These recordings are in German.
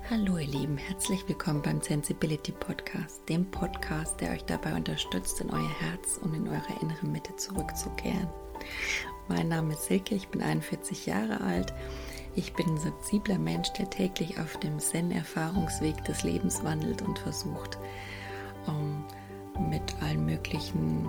Hallo ihr Lieben, herzlich willkommen beim Sensibility Podcast, dem Podcast, der euch dabei unterstützt, in euer Herz und in eure innere Mitte zurückzukehren. Mein Name ist Silke, ich bin 41 Jahre alt. Ich bin ein sensibler Mensch, der täglich auf dem Zen-Erfahrungsweg des Lebens wandelt und versucht, mit allen möglichen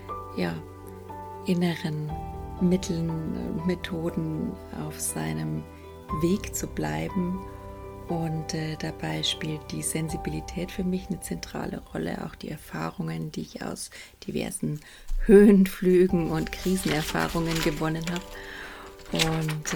inneren Mitteln, Methoden auf seinem Weg zu bleiben. Und dabei spielt die Sensibilität für mich eine zentrale Rolle, auch die Erfahrungen, die ich aus diversen Höhenflügen und Krisenerfahrungen gewonnen habe. Und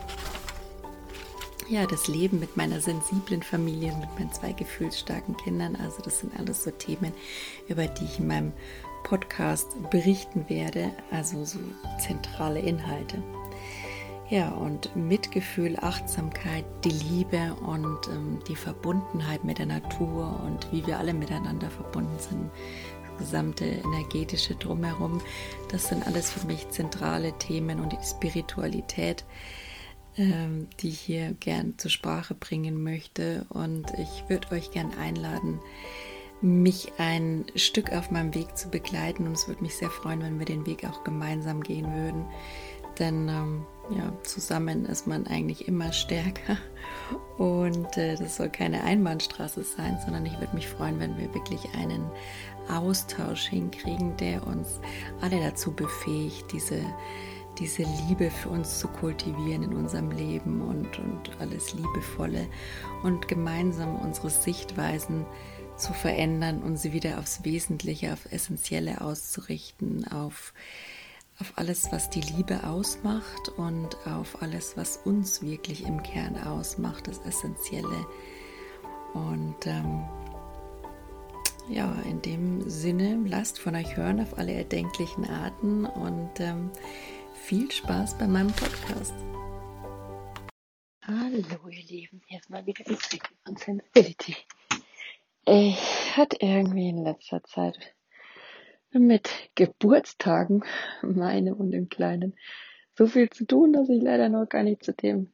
das Leben mit meiner sensiblen Familie, mit meinen 2 gefühlsstarken Kindern, also das sind alles so Themen, über die ich in meinem Podcast berichten werde, also so zentrale Inhalte. Ja, und Mitgefühl, Achtsamkeit, die Liebe und die Verbundenheit mit der Natur und wie wir alle miteinander verbunden sind, das gesamte energetische Drumherum, das sind alles für mich zentrale Themen und die Spiritualität, die ich hier gern zur Sprache bringen möchte. Und ich würde euch gern einladen, mich ein Stück auf meinem Weg zu begleiten, und es würde mich sehr freuen, wenn wir den Weg auch gemeinsam gehen würden. Denn zusammen ist man eigentlich immer stärker und das soll keine Einbahnstraße sein, sondern ich würde mich freuen, wenn wir wirklich einen Austausch hinkriegen, der uns alle dazu befähigt, diese Liebe für uns zu kultivieren in unserem Leben und alles Liebevolle und gemeinsam unsere Sichtweisen zu verändern und sie wieder aufs Wesentliche, auf Essentielle auszurichten, auf alles, was die Liebe ausmacht und auf alles, was uns wirklich im Kern ausmacht, das Essentielle. Und in dem Sinne, lasst von euch hören auf alle erdenklichen Arten und viel Spaß bei meinem Podcast. Hallo ihr Lieben, hier ist mal wieder die Silke von Sensibility. Ich hatte irgendwie in letzter Zeit mit Geburtstagen, meinem und dem Kleinen, so viel zu tun, dass ich leider noch gar nicht zu dem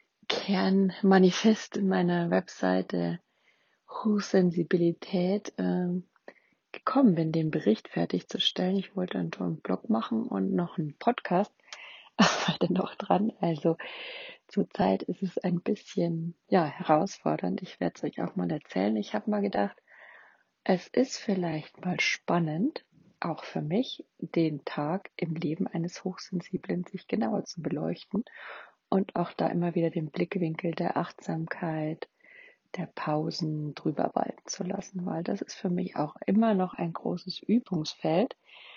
Kernmanifest meiner Webseite Hochsensibilität gekommen bin, den Bericht fertigzustellen. Ich wollte einen tollen Blog machen und noch einen Podcast, arbeite noch dran. Also zurzeit ist es ein bisschen herausfordernd. Ich werde es euch auch mal erzählen. Ich habe mal gedacht, es ist vielleicht mal spannend, auch für mich, den Tag im Leben eines Hochsensiblen sich genauer zu beleuchten und auch da immer wieder den Blickwinkel der Achtsamkeit, der Pausen drüber walten zu lassen, weil das ist für mich auch immer noch ein großes Übungsfeld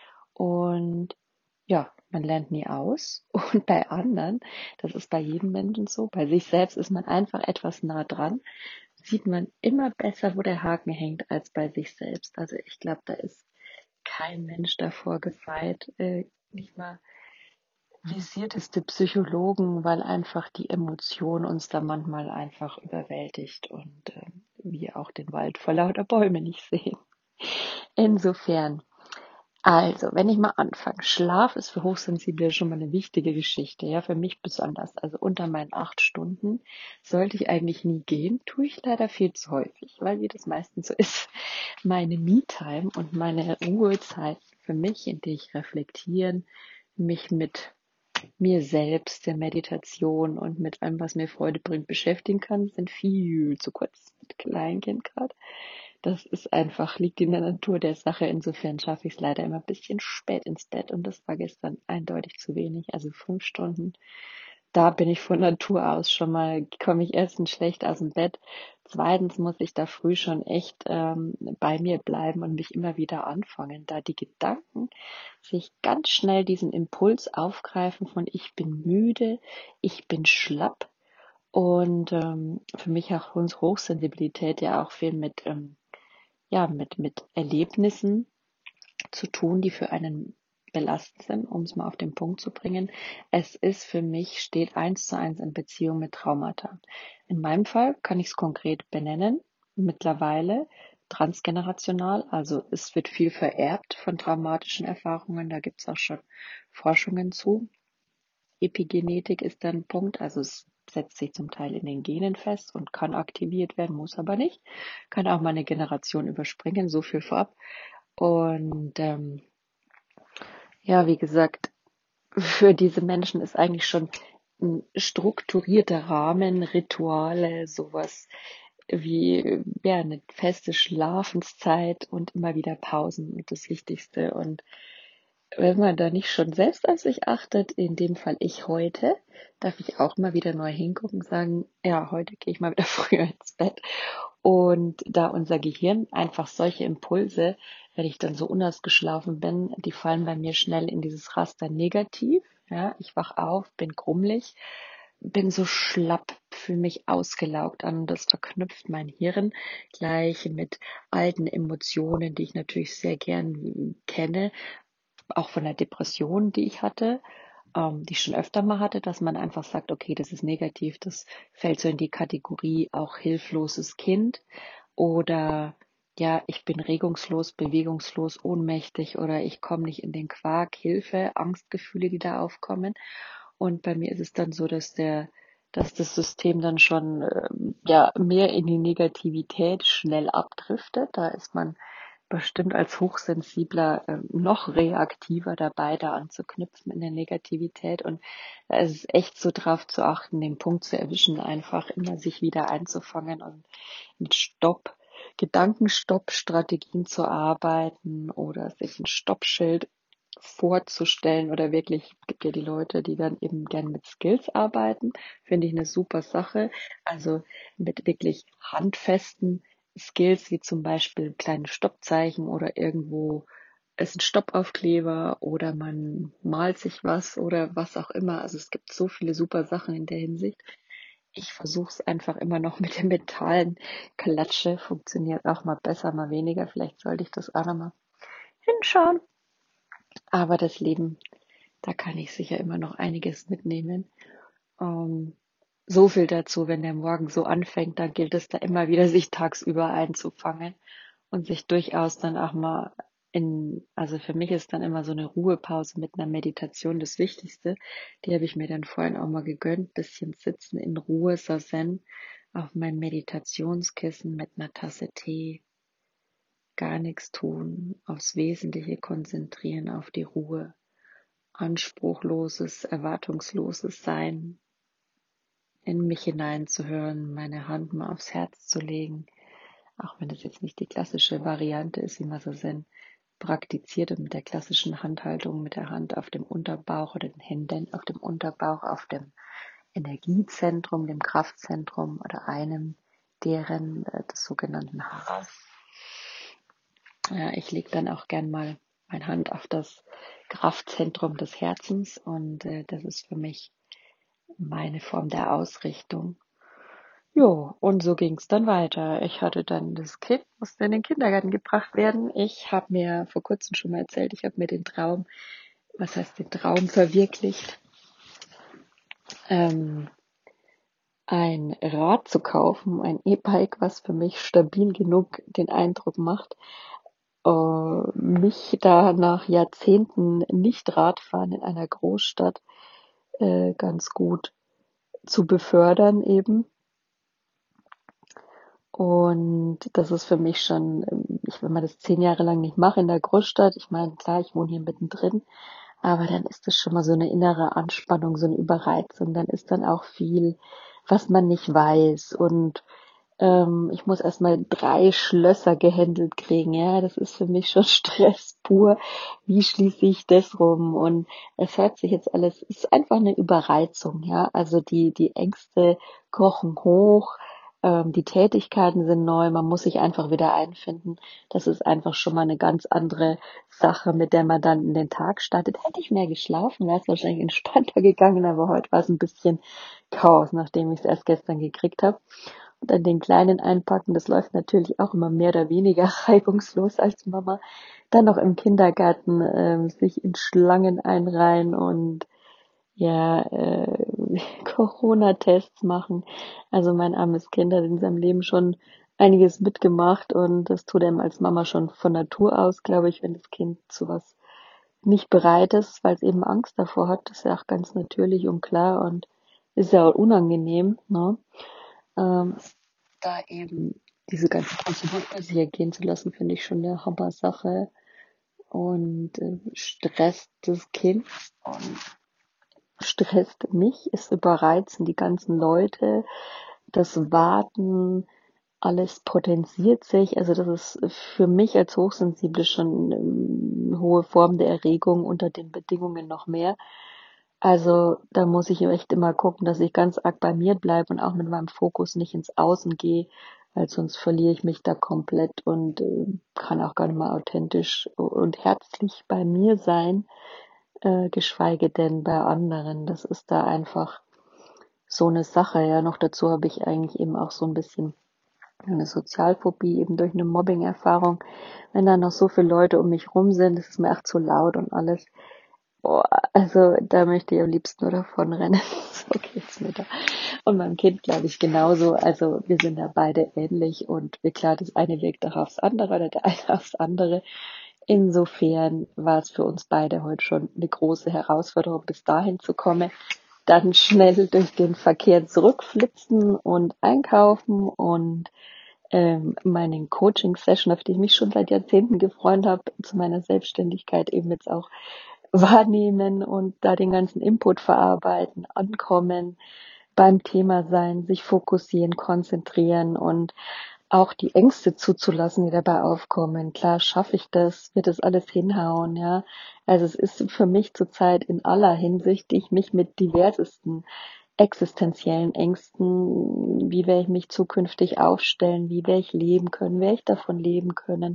und man lernt nie aus und bei anderen, das ist bei jedem Menschen so, bei sich selbst ist man einfach etwas nah dran, sieht man immer besser, wo der Haken hängt, als bei sich selbst. Also ich glaube, da ist kein Mensch davor gefeit, nicht mal visierteste Psychologen, weil einfach die Emotion uns da manchmal einfach überwältigt und wir auch den Wald vor lauter Bäume nicht sehen. Insofern, also, wenn ich mal anfange, Schlaf ist für Hochsensible schon mal eine wichtige Geschichte, ja, für mich besonders. Also unter meinen 8 Stunden sollte ich eigentlich nie gehen, tue ich leider viel zu häufig, weil wie das meistens so ist, meine Me-Time und meine Ruhezeit für mich, in der ich reflektieren, mich mit mir selbst, der Meditation und mit allem, was mir Freude bringt, beschäftigen kann, sind viel zu kurz mit Kleinkind gerade. Das ist einfach, liegt in der Natur der Sache. Insofern schaffe ich es leider immer ein bisschen spät ins Bett und das war gestern eindeutig zu wenig. Also 5 Stunden. Da bin ich von Natur aus schon mal, komme ich erstens schlecht aus dem Bett. Zweitens muss ich da früh schon echt bei mir bleiben und mich immer wieder anfangen, da die Gedanken sich ganz schnell diesen Impuls aufgreifen von ich bin müde, ich bin schlapp und für mich auch unsere Hochsensibilität ja auch viel mit Erlebnissen zu tun, die für einen belastend sind, um es mal auf den Punkt zu bringen. Es ist für mich, steht 1:1 in Beziehung mit Traumata. In meinem Fall kann ich es konkret benennen, mittlerweile transgenerational, also es wird viel vererbt von traumatischen Erfahrungen, da gibt es auch schon Forschungen zu. Epigenetik ist dann ein Punkt, also es setzt sich zum Teil in den Genen fest und kann aktiviert werden, muss aber nicht. Kann auch mal eine Generation überspringen, so viel vorab. Und ja, wie gesagt, für diese Menschen ist eigentlich schon ein strukturierter Rahmen, Rituale, sowas wie ja, eine feste Schlafenszeit und immer wieder Pausen und das Wichtigste. Und wenn man da nicht schon selbst auf sich achtet, in dem Fall ich heute, darf ich auch mal wieder neu hingucken und sagen, ja, heute gehe ich mal wieder früher ins Bett. Und da unser Gehirn einfach solche Impulse, wenn ich dann so unausgeschlafen bin, die fallen bei mir schnell in dieses Raster negativ. Ja, ich wach auf, bin grummelig, bin so schlapp, fühle mich ausgelaugt an. Das verknüpft mein Hirn gleich mit alten Emotionen, die ich natürlich sehr gern kenne, auch von der Depression, die ich hatte, die ich schon öfter mal hatte, dass man einfach sagt, okay, das ist negativ, das fällt so in die Kategorie auch hilfloses Kind oder ja, ich bin regungslos, bewegungslos, ohnmächtig oder ich komme nicht in den Quark, Hilfe, Angstgefühle, die da aufkommen. Und bei mir ist es dann so, dass das System dann schon ja mehr in die Negativität schnell abdriftet. Da ist man bestimmt als Hochsensibler noch reaktiver dabei, da anzuknüpfen in der Negativität. Und da ist es echt so drauf zu achten, den Punkt zu erwischen, einfach immer sich wieder einzufangen und mit Gedankenstopp-Strategien zu arbeiten oder sich ein Stoppschild vorzustellen oder wirklich, es gibt ja die Leute, die dann eben gern mit Skills arbeiten, finde ich eine super Sache. Also mit wirklich handfesten Skills, wie zum Beispiel kleine Stoppzeichen oder irgendwo ist ein Stoppaufkleber oder man malt sich was oder was auch immer. Also es gibt so viele super Sachen in der Hinsicht. Ich versuche es einfach immer noch mit der mentalen Klatsche. Funktioniert auch mal besser, mal weniger. Vielleicht sollte ich das auch nochmal hinschauen. Aber das Leben, da kann ich sicher immer noch einiges mitnehmen. Ähm, so viel dazu, wenn der Morgen so anfängt, dann gilt es da immer wieder, sich tagsüber einzufangen und sich durchaus dann auch mal also für mich ist dann immer so eine Ruhepause mit einer Meditation das Wichtigste. Die habe ich mir dann vorhin auch mal gegönnt, bisschen sitzen in Ruhe, Sazen auf meinem Meditationskissen mit einer Tasse Tee, gar nichts tun, aufs Wesentliche konzentrieren, auf die Ruhe, anspruchloses, erwartungsloses Sein, in mich hineinzuhören, meine Hand mal aufs Herz zu legen, auch wenn das jetzt nicht die klassische Variante ist, wie man Sazen praktiziert und mit der klassischen Handhaltung mit der Hand auf dem Unterbauch oder den Händen auf dem Unterbauch, auf dem Energiezentrum, dem Kraftzentrum oder einem deren des sogenannten Haras. Ja, ich lege dann auch gern mal meine Hand auf das Kraftzentrum des Herzens und das ist für mich meine Form der Ausrichtung. Jo, und so ging es dann weiter. Ich hatte dann das Kind, musste in den Kindergarten gebracht werden. Ich habe mir vor kurzem schon mal erzählt, ich habe mir den Traum, was heißt den Traum verwirklicht, ein Rad zu kaufen, ein E-Bike, was für mich stabil genug den Eindruck macht, mich da nach Jahrzehnten Nicht-Radfahren in einer Großstadt ganz gut zu befördern eben. Und das ist für mich schon, wenn man das 10 Jahre lang nicht macht in der Großstadt, ich meine, klar, ich wohne hier mittendrin, aber dann ist das schon mal so eine innere Anspannung, so eine Überreizung. Dann ist dann auch viel, was man nicht weiß. Und ich muss erstmal 3 Schlösser gehändelt kriegen. Ja, das ist für mich schon Stress pur. Wie schließe ich das rum? Und es hört sich jetzt alles, es ist einfach eine Überreizung. Ja, also die Ängste kochen hoch. Die Tätigkeiten sind neu, man muss sich einfach wieder einfinden. Das ist einfach schon mal eine ganz andere Sache, mit der man dann in den Tag startet. Hätte ich mehr geschlafen, wäre es wahrscheinlich entspannter gegangen, aber heute war es ein bisschen Chaos, nachdem ich es erst gestern gekriegt habe. Und dann den Kleinen einpacken, das läuft natürlich auch immer mehr oder weniger reibungslos als Mama. Dann noch im Kindergarten sich in Schlangen einreihen und ja, Corona-Tests machen. Also mein armes Kind hat in seinem Leben schon einiges mitgemacht und das tut einem als Mama schon von Natur aus, glaube ich, wenn das Kind zu was nicht bereit ist, weil es eben Angst davor hat. Das ist ja auch ganz natürlich und klar und ist ja auch unangenehm, ne? Ähm, Da eben diese ganzen Prozedur über sich ergehen zu lassen, finde ich schon eine Hammer-Sache und stresst das Kind und stresst mich, es überreizen die ganzen Leute, das Warten, alles potenziert sich. Also das ist für mich als Hochsensible schon eine hohe Form der Erregung, unter den Bedingungen noch mehr. Also da muss ich echt immer gucken, dass ich ganz arg bei mir bleibe und auch mit meinem Fokus nicht ins Außen gehe, weil sonst verliere ich mich da komplett und kann auch gar nicht mal authentisch und herzlich bei mir sein, geschweige denn bei anderen. Das ist da einfach so eine Sache. Ja, noch dazu habe ich eigentlich eben auch so ein bisschen eine Sozialphobie, eben durch eine Mobbing-Erfahrung. Wenn da noch so viele Leute um mich rum sind, das ist mir echt zu laut und alles. Boah, also da möchte ich am liebsten nur davon rennen. So geht's mir da. Und meinem Kind, glaube ich, genauso. Also wir sind da beide ähnlich und klar, das eine wirkt auch aufs andere oder der eine aufs andere. Insofern war es für uns beide heute schon eine große Herausforderung, bis dahin zu kommen. Dann schnell durch den Verkehr zurückflitzen und einkaufen und meinen Coaching-Session, auf die ich mich schon seit Jahrzehnten gefreut habe, zu meiner Selbstständigkeit eben jetzt auch wahrnehmen und da den ganzen Input verarbeiten, ankommen, beim Thema sein, sich fokussieren, konzentrieren und auch die Ängste zuzulassen, die dabei aufkommen. Klar, schaffe ich das, wird das alles hinhauen, ja. Also es ist für mich zurzeit in aller Hinsicht, die ich mich mit diversesten existenziellen Ängsten, wie werde ich mich zukünftig aufstellen, wie werde ich leben können, werde ich davon leben können.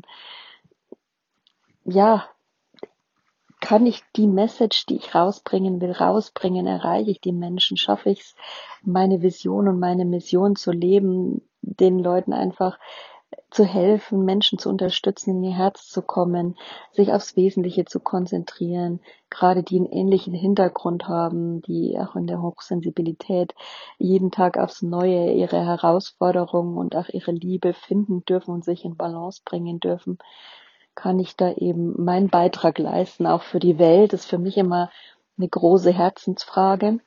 Ja, kann ich die Message, die ich rausbringen will, rausbringen, erreiche ich die Menschen, schaffe ich es, meine Vision und meine Mission zu leben, den Leuten einfach zu helfen, Menschen zu unterstützen, in ihr Herz zu kommen, sich aufs Wesentliche zu konzentrieren, gerade die einen ähnlichen Hintergrund haben, die auch in der Hochsensibilität jeden Tag aufs Neue ihre Herausforderungen und auch ihre Liebe finden dürfen und sich in Balance bringen dürfen, kann ich da eben meinen Beitrag leisten, auch für die Welt. Das ist für mich immer eine große Herzensfrage.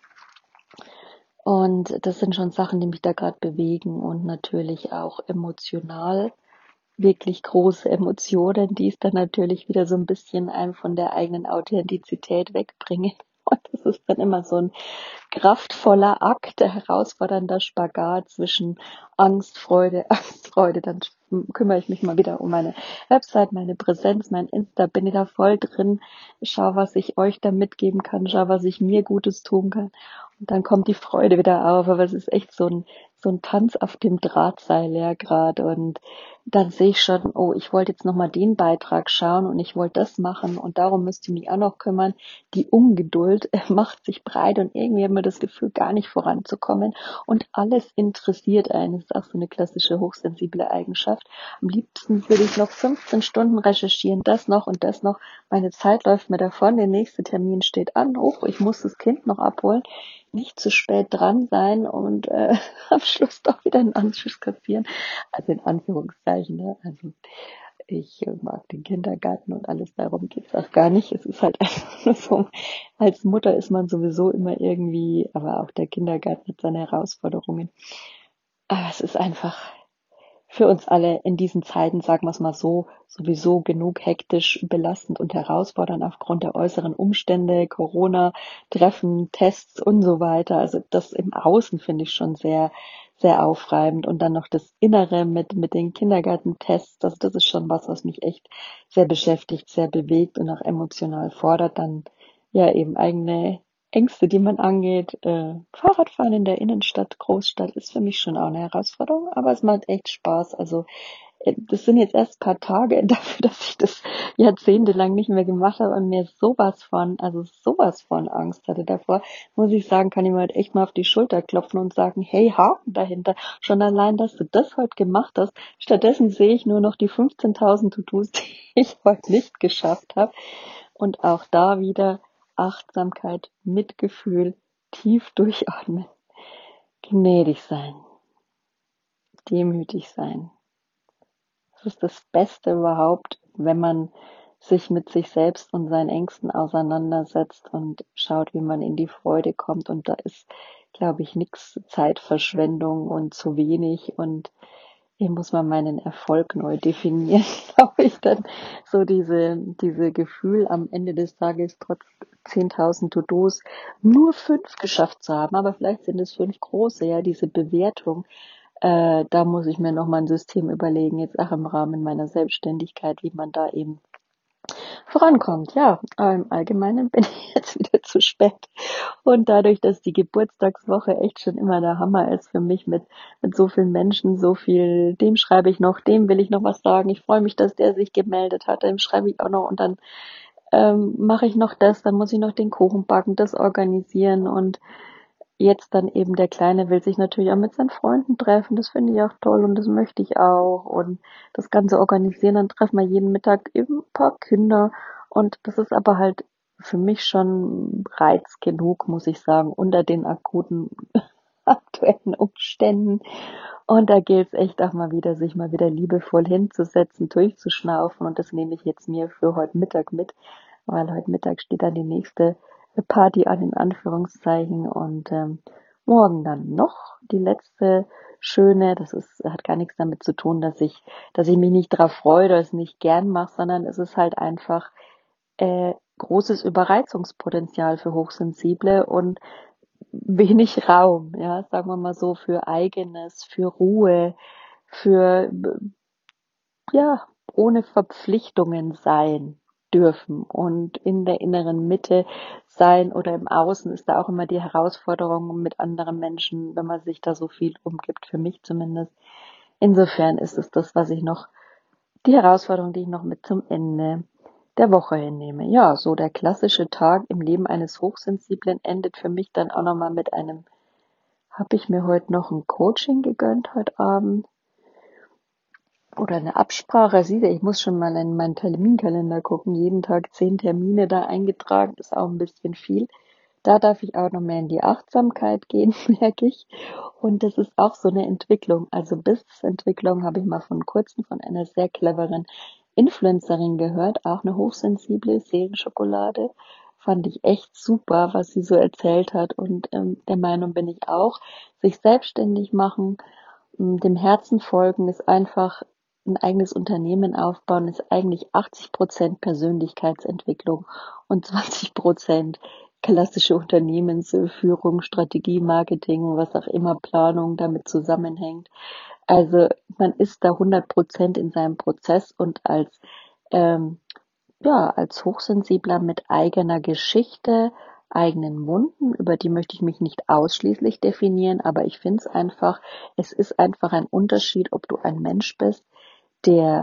Und das sind schon Sachen, die mich da gerade bewegen und natürlich auch emotional wirklich große Emotionen, die es dann natürlich wieder so ein bisschen einem von der eigenen Authentizität wegbringen. Und das ist dann immer so ein kraftvoller Akt, herausfordernder Spagat zwischen Angst, Freude, Angst, Freude. Dann kümmere ich mich mal wieder um meine Website, meine Präsenz, mein Insta, bin ich da voll drin, schau, was ich euch da mitgeben kann, schau, was ich mir Gutes tun kann. Und dann kommt die Freude wieder auf, aber es ist echt so ein Tanz auf dem Drahtseil ja gerade und dann sehe ich schon, oh, ich wollte jetzt nochmal den Beitrag schauen und ich wollte das machen und darum müsste ich mich auch noch kümmern. Die Ungeduld macht sich breit und irgendwie hat man das Gefühl, gar nicht voranzukommen und alles interessiert einen. Das ist auch so eine klassische hochsensible Eigenschaft. Am liebsten würde ich noch 15 Stunden recherchieren, das noch und das noch. Meine Zeit läuft mir davon, der nächste Termin steht an. Oh, ich muss das Kind noch abholen. Nicht zu spät dran sein und am Schluss doch wieder einen Anschluss kassieren. Also in Anführungszeichen, ne? Also ich mag den Kindergarten und alles, darum geht's auch gar nicht. Es ist halt einfach nur so, als Mutter ist man sowieso immer irgendwie, aber auch der Kindergarten hat seine Herausforderungen. Aber es ist einfach für uns alle in diesen Zeiten, sagen wir es mal so, sowieso genug hektisch, belastend und herausfordernd aufgrund der äußeren Umstände, Corona, Treffen, Tests und so weiter. Also das im Außen finde ich schon sehr, sehr aufreibend. Und dann noch das Innere mit den Kindergartentests. Das ist schon was mich echt sehr beschäftigt, sehr bewegt und auch emotional fordert. Dann ja eben eigene Ängste, die man angeht. Fahrradfahren in der Innenstadt, Großstadt ist für mich schon auch eine Herausforderung, aber es macht echt Spaß. Also das sind jetzt erst ein paar Tage dafür, dass ich das jahrzehntelang nicht mehr gemacht habe und mir sowas von Angst hatte davor, muss ich sagen, kann ich mir halt echt mal auf die Schulter klopfen und sagen, hey, Haken dahinter. Schon allein, dass du das heute gemacht hast. Stattdessen sehe ich nur noch die 15.000 To-Dos, die ich heute nicht geschafft habe. Und auch da wieder Achtsamkeit, Mitgefühl, tief durchatmen, gnädig sein, demütig sein. Das ist das Beste überhaupt, wenn man sich mit sich selbst und seinen Ängsten auseinandersetzt und schaut, wie man in die Freude kommt. Und da ist glaube ich, nix Zeitverschwendung und zu wenig und hier muss man meinen Erfolg neu definieren, glaube ich, dann so diese Gefühl am Ende des Tages trotz 10.000 To-Dos nur 5 geschafft zu haben, aber vielleicht sind es 5 große, ja, diese Bewertung. Da muss ich mir noch mal ein System überlegen, jetzt auch im Rahmen meiner Selbstständigkeit, wie man da eben vorankommt. Ja, aber im Allgemeinen bin ich jetzt wieder zu spät. Und dadurch, dass die Geburtstagswoche echt schon immer der Hammer ist für mich mit so vielen Menschen, so viel, dem schreibe ich noch, dem will ich noch was sagen. Ich freue mich, dass der sich gemeldet hat, dem schreibe ich auch noch und dann mache ich noch das, dann muss ich noch den Kuchen backen, das organisieren und jetzt dann eben der Kleine will sich natürlich auch mit seinen Freunden treffen. Das finde ich auch toll und das möchte ich auch. Und das Ganze organisieren, dann treffen wir jeden Mittag eben ein paar Kinder. Und das ist aber halt für mich schon Reiz genug, muss ich sagen, unter den akuten aktuellen Umständen. Und da gilt es echt auch mal wieder, sich mal wieder liebevoll hinzusetzen, durchzuschnaufen. Und das nehme ich jetzt mir für heute Mittag mit, weil heute Mittag steht dann die nächste Party an, in Anführungszeichen. Und morgen dann noch die letzte schöne. Hat gar nichts damit zu tun, dass ich mich nicht drauf freue oder es nicht gern mache, sondern es ist halt einfach großes Überreizungspotenzial für Hochsensible und wenig Raum, ja, sagen wir mal so, für Eigenes, für Ruhe, für, ja, ohne Verpflichtungen sein dürfen und in der inneren Mitte sein oder im Außen ist da auch immer die Herausforderung mit anderen Menschen, wenn man sich da so viel umgibt, für mich zumindest. Insofern ist es das, die Herausforderung, die ich noch mit zum Ende der Woche hinnehme. Ja, so der klassische Tag im Leben eines Hochsensiblen endet für mich dann auch nochmal mit habe ich mir heute noch ein Coaching gegönnt heute Abend oder eine Absprache. Siehst du, ich muss schon mal in meinen Terminkalender gucken. Jeden Tag 10 Termine da eingetragen, ist auch ein bisschen viel. Da darf ich auch noch mehr in die Achtsamkeit gehen, merke ich. Und das ist auch so eine Entwicklung. Also Business-Entwicklung habe ich mal von kurzem von einer sehr cleveren Influencerin gehört, auch eine hochsensible Seelenschokolade. Fand ich echt super, was sie so erzählt hat. Und der Meinung bin ich auch, sich selbstständig machen, dem Herzen folgen, ist einfach ein eigenes Unternehmen aufbauen, ist eigentlich 80% Persönlichkeitsentwicklung und 20% klassische Unternehmensführung, Strategie, Marketing, was auch immer, Planung damit zusammenhängt. Also man ist da 100% in seinem Prozess und ähm, als Hochsensibler mit eigener Geschichte, eigenen Wunden, über die möchte ich mich nicht ausschließlich definieren, aber ich finde es ist einfach ein Unterschied, ob du ein Mensch bist, der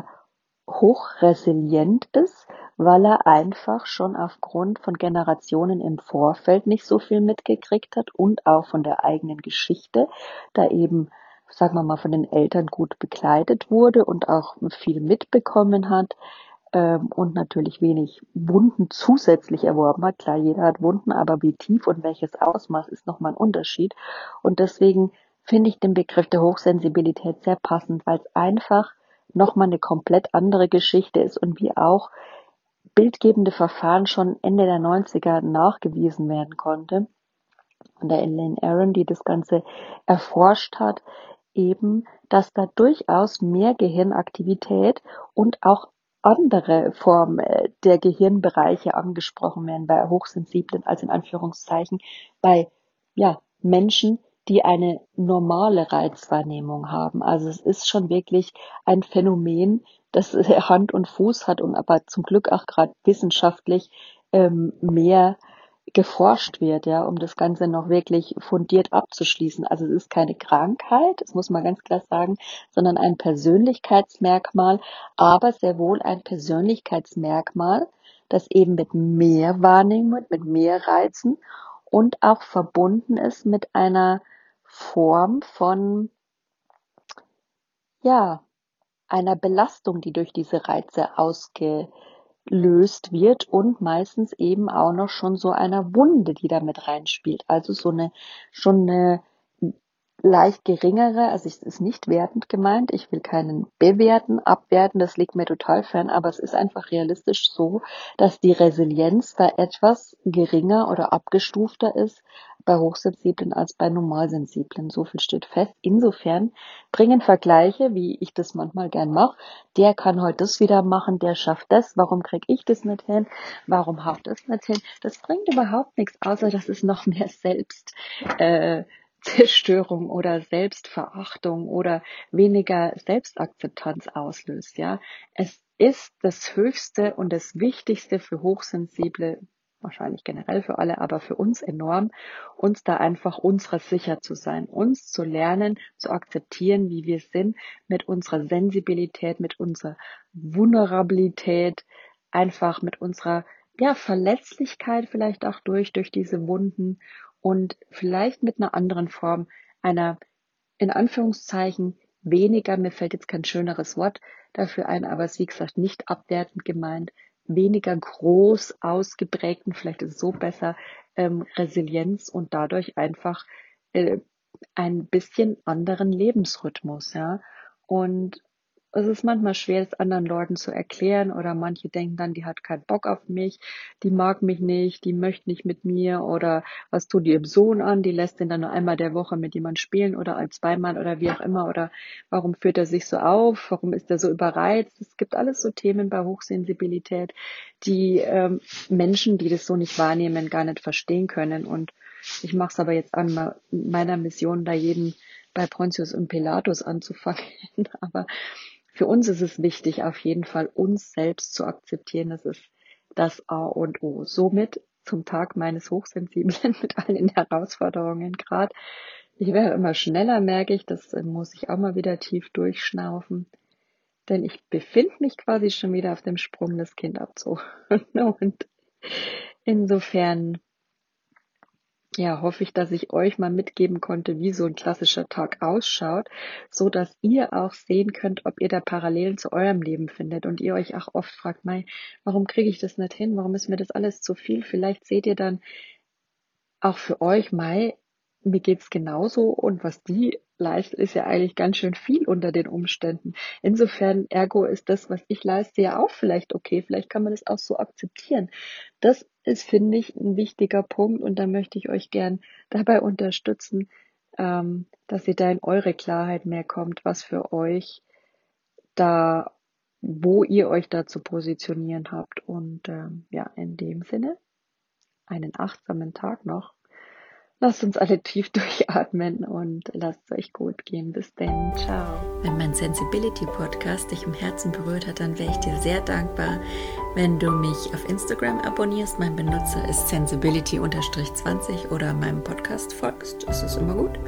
hochresilient ist, weil er einfach schon aufgrund von Generationen im Vorfeld nicht so viel mitgekriegt hat und auch von der eigenen Geschichte, da eben, sagen wir mal, von den Eltern gut begleitet wurde und auch viel mitbekommen hat, und natürlich wenig Wunden zusätzlich erworben hat. Klar, jeder hat Wunden, aber wie tief und welches Ausmaß ist nochmal ein Unterschied. Und deswegen finde ich den Begriff der Hochsensibilität sehr passend, weil es einfach nochmal eine komplett andere Geschichte ist und wie auch bildgebende Verfahren schon Ende der 90er nachgewiesen werden konnte. Von der Elaine Aron, die das Ganze erforscht hat, eben, dass da durchaus mehr Gehirnaktivität und auch andere Formen der Gehirnbereiche angesprochen werden bei Hochsensiblen, als in Anführungszeichen bei Menschen, die eine normale Reizwahrnehmung haben. Also es ist schon wirklich ein Phänomen, das Hand und Fuß hat und aber zum Glück auch gerade wissenschaftlich mehr geforscht wird, ja, um das Ganze noch wirklich fundiert abzuschließen. Also es ist keine Krankheit, das muss man ganz klar sagen, sondern ein Persönlichkeitsmerkmal, aber sehr wohl ein Persönlichkeitsmerkmal, das eben mit mehr Wahrnehmung, mit mehr Reizen und auch verbunden ist mit einer Form von, ja, einer Belastung, die durch diese Reize ausgelöst wird und meistens eben auch noch schon so einer Wunde, die da mit reinspielt. Also schon eine leicht geringere, also es ist nicht wertend gemeint, ich will keinen bewerten, abwerten, das liegt mir total fern, aber es ist einfach realistisch so, dass die Resilienz da etwas geringer oder abgestufter ist bei Hochsensiblen als bei Normalsensiblen. So viel steht fest. Insofern bringen Vergleiche, wie ich das manchmal gern mache, der kann heute das wieder machen, der schafft das, warum kriege ich das nicht hin, warum haut das nicht hin? Das bringt überhaupt nichts, außer dass es noch mehr Zerstörung oder Selbstverachtung oder weniger Selbstakzeptanz auslöst, ja. Es ist das Höchste und das Wichtigste für Hochsensible, wahrscheinlich generell für alle, aber für uns enorm, uns da einfach unserer sicher zu sein, uns zu lernen, zu akzeptieren, wie wir sind, mit unserer Sensibilität, mit unserer Vulnerabilität, einfach mit unserer, ja, Verletzlichkeit vielleicht auch durch diese Wunden und vielleicht mit einer anderen Form einer, in Anführungszeichen, weniger, mir fällt jetzt kein schöneres Wort dafür ein, aber es ist wie gesagt nicht abwertend gemeint, weniger groß ausgeprägten, vielleicht ist es so besser, Resilienz und dadurch einfach ein bisschen anderen Lebensrhythmus, ja. Und es ist manchmal schwer, es anderen Leuten zu erklären oder manche denken dann, die hat keinen Bock auf mich, die mag mich nicht, die möchte nicht mit mir oder was tut die ihrem Sohn an, die lässt ihn dann nur einmal der Woche mit jemandem spielen oder ein zweimal oder wie auch immer oder warum führt er sich so auf, warum ist er so überreizt. Es gibt alles so Themen bei Hochsensibilität, die Menschen, die das so nicht wahrnehmen, gar nicht verstehen können und ich mache es aber jetzt an meiner Mission, da jeden bei Pontius und Pilatus anzufangen, aber für uns ist es wichtig, auf jeden Fall uns selbst zu akzeptieren. Das ist das A und O. Somit zum Tag meines Hochsensiblen mit all den Herausforderungen gerade. Ich werde immer schneller, merke ich. Das muss ich auch mal wieder tief durchschnaufen. Denn ich befinde mich quasi schon wieder auf dem Sprung, das Kind abzuholen. Und insofern ja, hoffe ich, dass ich euch mal mitgeben konnte, wie so ein klassischer Tag ausschaut, so dass ihr auch sehen könnt, ob ihr da Parallelen zu eurem Leben findet und ihr euch auch oft fragt, Mei, warum kriege ich das nicht hin? Warum ist mir das alles zu viel? Vielleicht seht ihr dann auch für euch, Mei, mir geht's genauso und was die leistet, ist ja eigentlich ganz schön viel unter den Umständen. Insofern, ergo ist das, was ich leiste, ja auch vielleicht okay. Vielleicht kann man das auch so akzeptieren. Das ist, finde ich, ein wichtiger Punkt und da möchte ich euch gern dabei unterstützen, dass ihr da in eure Klarheit mehr kommt, was für euch da, wo ihr euch da zu positionieren habt. Und ja, in dem Sinne, einen achtsamen Tag noch. Lasst uns alle tief durchatmen und lasst es euch gut gehen. Bis dann. Ciao. Wenn mein Sensibility Podcast dich im Herzen berührt hat, dann wäre ich dir sehr dankbar, wenn du mich auf Instagram abonnierst. Mein Benutzer ist sensibility_20 oder meinem Podcast folgst. Das ist immer gut.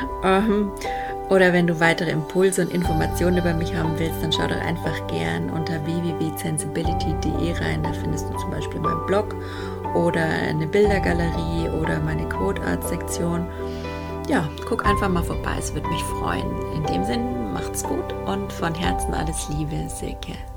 Oder wenn du weitere Impulse und Informationen über mich haben willst, dann schau doch einfach gern unter www.sensibility.de rein. Da findest du zum Beispiel meinen Blog oder eine Bildergalerie oder meine Quote-Art-Sektion. Ja, guck einfach mal vorbei, es würde mich freuen. In dem Sinne, macht's gut und von Herzen alles Liebe, Silke.